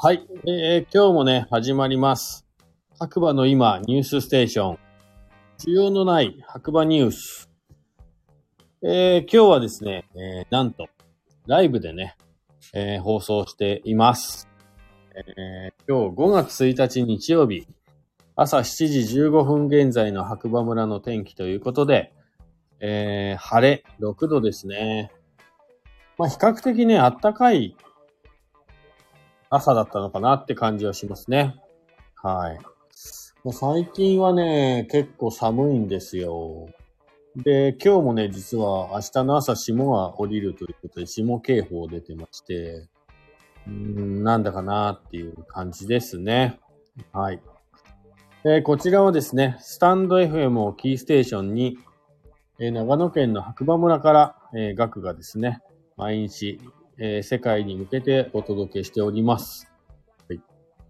はい、今日もね、始まります。白馬の今、ニュースステーション。需要のない白馬ニュース。今日はですね、なんと、ライブでね、放送しています。今日5月1日日曜日、朝7時15分現在の白馬村の天気ということで、晴れ、6度ですね。まあ、比較的ね、暖かい朝だったのかなって感じはしますね。はい。もう最近はね、結構寒いんですよ。で、今日もね、実は明日の朝霜が降りるということで、霜警報出てまして、なんだかなっていう感じですね。はい。こちらはですね、スタンド FM をキーステーションに、長野県の白馬村から、ガクがですね、毎日、世界に向けてお届けしております。はい。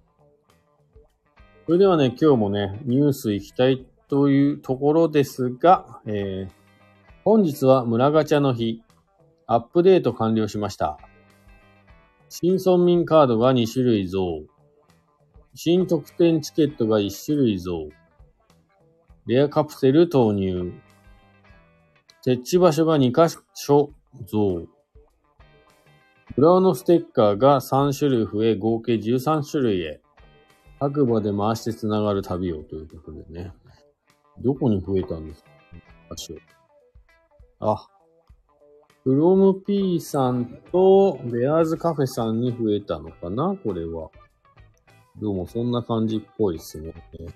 それではね、今日もね、ニュース行きたいというところですが、本日は村ガチャの日、アップデート完了しました。新村民カードが2種類増。新特典チケットが1種類増。レアカプセル投入。設置場所が2カ所増。ブラウのステッカーが3種類増え、合計13種類へ。白馬で回してつながる旅をということでね。どこに増えたんですか？場所。あ、フロム P さんとベアーズカフェさんに増えたのかなこれは。どうもそんな感じっぽいですね。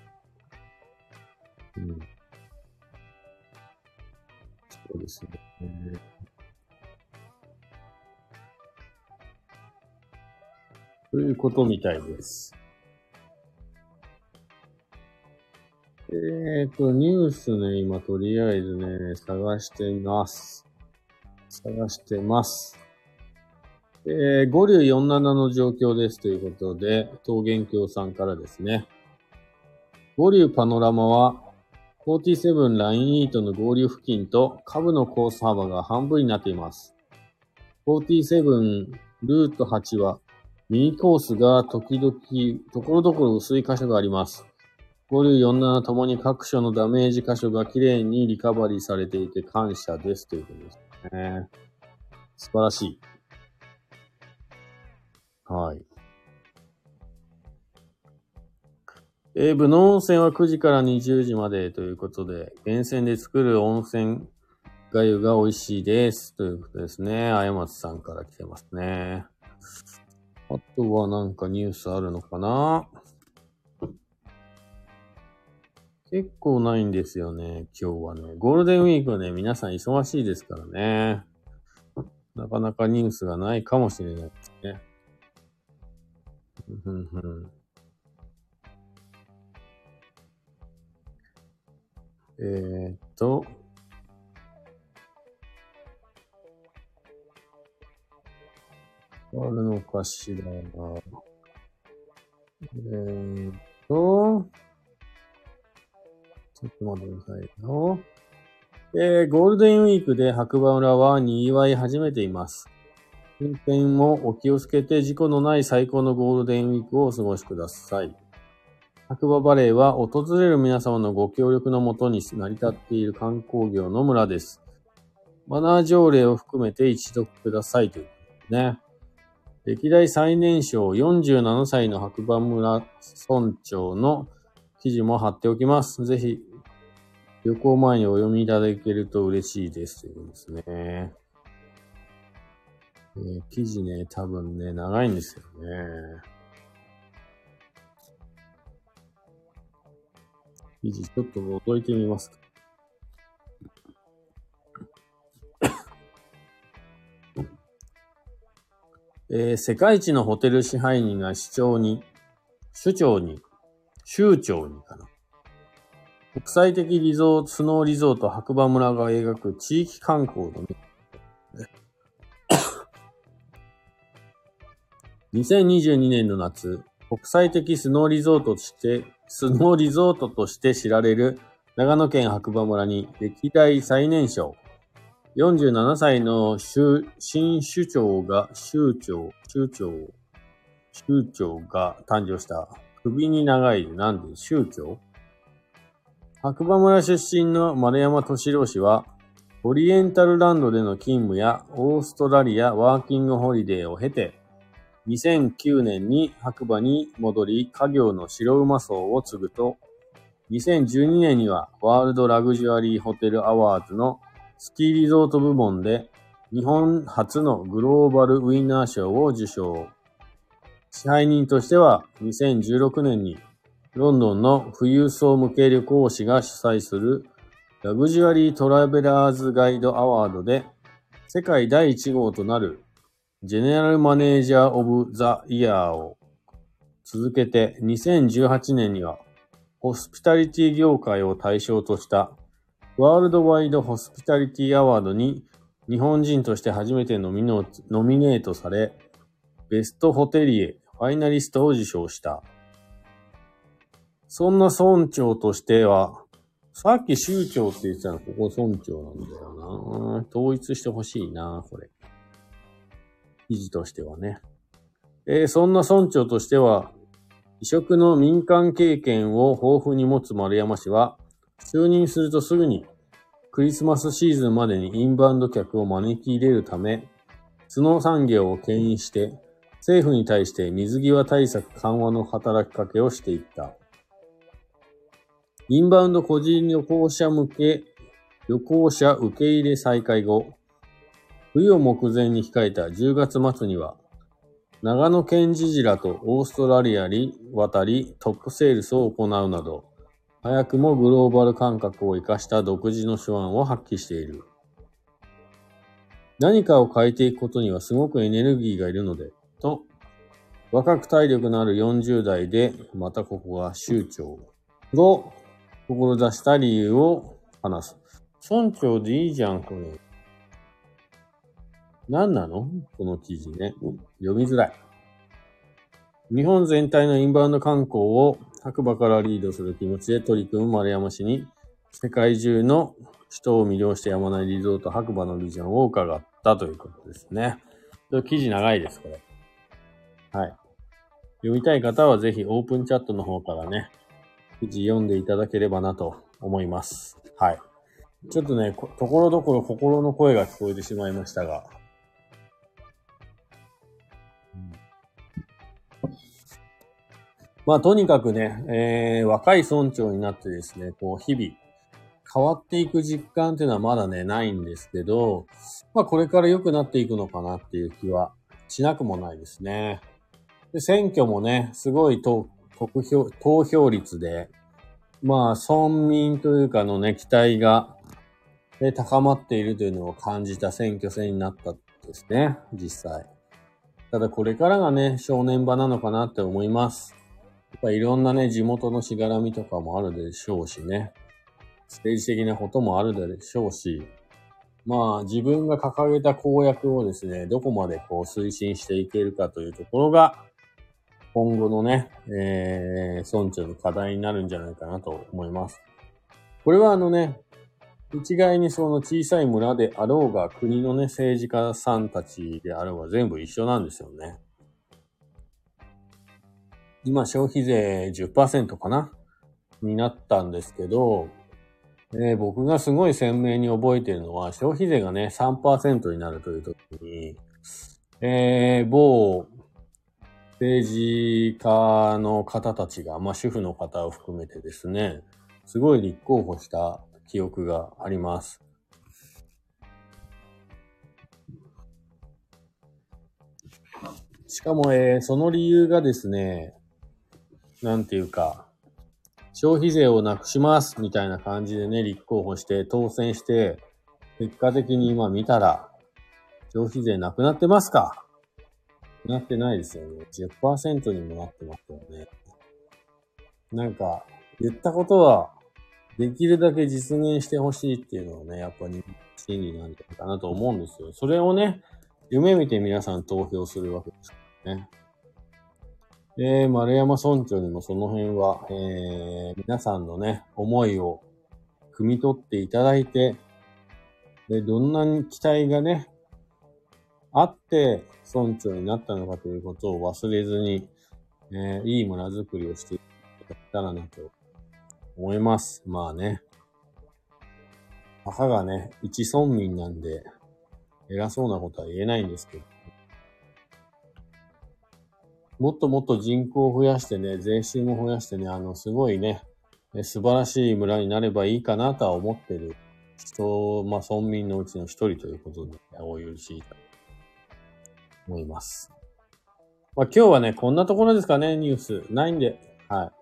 そうですね。ということみたいです。ニュースね、今とりあえずね、探してます。五竜47の状況ですということで、桃源郷さんからですね。五竜パノラマは、47ライン8の合流付近と下部のコース幅が半分になっています。47ルート8は、ミニコースが時々、ところどころ薄い箇所があります。五竜47ともに各所のダメージ箇所がきれいにリカバリーされていて感謝ですということですね。素晴らしい。はい。部の温泉は9時から20時までということで、源泉で作る温泉がゆが美味しいですということですね。あやまつさんから来てますね。あとはなんかニュースあるのかな？結構ないんですよね、今日はね。ゴールデンウィークはね、皆さん忙しいですからね。なかなかニュースがないかもしれないですね。あるのかしら。ちょっと待ってくださいよ。ゴールデンウィークで白馬村は賑わい始めています。運転もお気をつけて事故のない最高のゴールデンウィークをお過ごしください。白馬バレーは訪れる皆様のご協力のもとに成り立っている観光業の村です。マナー条例を含めて一読くださいということですね。歴代最年少47歳の白馬村村長の記事も貼っておきます。ぜひ旅行前にお読みいただけると嬉しいですということですね。記事ね、多分ね、長いんですよね。記事ちょっと覗いてみますか。世界一のホテル支配人が州長にかな。国際的スノーリゾート白馬村が描く地域観光の2022年の夏、国際的スノーリゾートとして知られる長野県白馬村に歴代最年少47歳の新首長が州長を州長が誕生した。首に長い、なんで、州長？白馬村出身の丸山敏郎氏は、オリエンタルランドでの勤務やオーストラリアワーキングホリデーを経て、2009年に白馬に戻り、家業の白馬荘を継ぐと、2012年にはワールドラグジュアリーホテルアワーズのスキーリゾート部門で日本初のグローバルウィナー賞を受賞。支配人としては2016年にロンドンの富裕層向け旅行誌が主催するラグジュアリートラベラーズガイドアワードで世界第1号となるジェネラルマネージャーオブザイヤーを続けて2018年にはホスピタリティ業界を対象としたワールドワイドホスピタリティアワードに日本人として初めてノミネートされ、ベストホテリエファイナリストを受賞した。そんな村長としては、さっき州長って言ってたの、ここ村長なんだよな。統一してほしいな、これ。記事としてはね。そんな村長としては、異色の民間経験を豊富に持つ丸山氏は、就任するとすぐにクリスマスシーズンまでにインバウンド客を招き入れるため、スノー産業を牽引して、政府に対して水際対策緩和の働きかけをしていった。インバウンド個人旅行者受け入れ再開後、冬を目前に控えた10月末には、長野県知事らとオーストラリアに渡りトップセールスを行うなど、早くもグローバル感覚を生かした独自の手腕を発揮している。何かを変えていくことにはすごくエネルギーがいるので、と、若く体力のある40代で、またここが州長を志した理由を話す。村長でいいじゃん、これ。何なの？この記事ね。読みづらい。日本全体のインバウンド観光を白馬からリードする気持ちで取り組む丸山氏に、世界中の人を魅了してやまないリゾート白馬のビジョンを伺ったということですね。記事長いです、これ。はい。読みたい方はぜひオープンチャットの方からね、記事読んでいただければなと思います。はい。ちょっとね、ところどころ心の声が聞こえてしまいましたが、まあ、とにかくね、若い村長になってですね、こう、日々、変わっていく実感っていうのはまだね、ないんですけど、まあ、これから良くなっていくのかなっていう気はしなくもないですね。で、選挙もね、すごい投票率で、まあ、村民というかのね、期待が、高まっているというのを感じた選挙戦になったですね、実際。ただこれからがね、正念場なのかなって思います。やっぱいろんなね、地元のしがらみとかもあるでしょうしね。政治的なこともあるでしょうし、まあ自分が掲げた公約をですね、どこまでこう推進していけるかというところが、今後のね、村長の課題になるんじゃないかなと思います。これは一概にその小さい村であろうが、国のね、政治家さんたちであろうが全部一緒なんですよね。今消費税 10% かなになったんですけど、僕がすごい鮮明に覚えているのは、消費税がね、3% になるという時に、某政治家の方たちが、まあ主婦の方を含めてですね、すごい立候補した記憶があります。しかも、その理由がですね、なんていうか、消費税をなくしますみたいな感じでね、立候補して当選して、結果的に今見たら、消費税なくなってますか？なってないですよね。10% にもなってますよね。なんか、言ったことは、できるだけ実現してほしいっていうのはね、やっぱり真理なんじゃないかなと思うんですよ。それをね、夢見て皆さん投票するわけですからね。丸山村長にもその辺は、皆さんのね、思いを汲み取っていただいて、で、どんな期待がね、 あって村長になったのかということを忘れずに、いい村づくりをしていただけたらなと思います。まあね。たかがね、一村民なんで、偉そうなことは言えないんですけど。もっともっと人口を増やしてね、税収も増やしてね、すごいね、素晴らしい村になればいいかなとは思ってる人、まあ村民のうちの一人ということで、お許しいただきたいと思います。まあ今日はね、こんなところですかね、ニュース。ないんで、はい。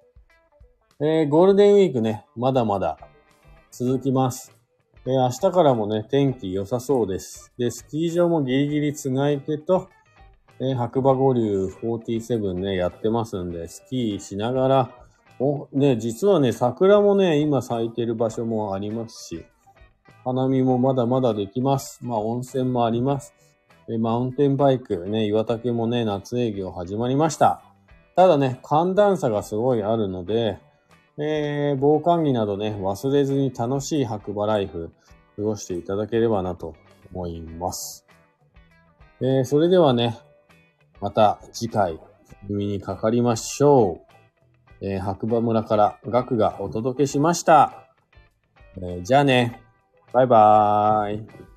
ゴールデンウィークね、まだまだ続きます。明日からもね、天気良さそうです。で、スキー場もギリギリつがいてと、白馬五流47ね、やってますんで、スキーしながら、ね、実はね、桜もね、今咲いてる場所もありますし、花見もまだまだできます。まあ、温泉もあります。マウンテンバイク、ね、岩岳もね、夏営業始まりました。ただね、寒暖差がすごいあるので、防寒着などね、忘れずに楽しい白馬ライフ、過ごしていただければなと思います。それではね、また次回、耳にかかりましょう。白馬村からガクがお届けしました。じゃあね、バイバーイ。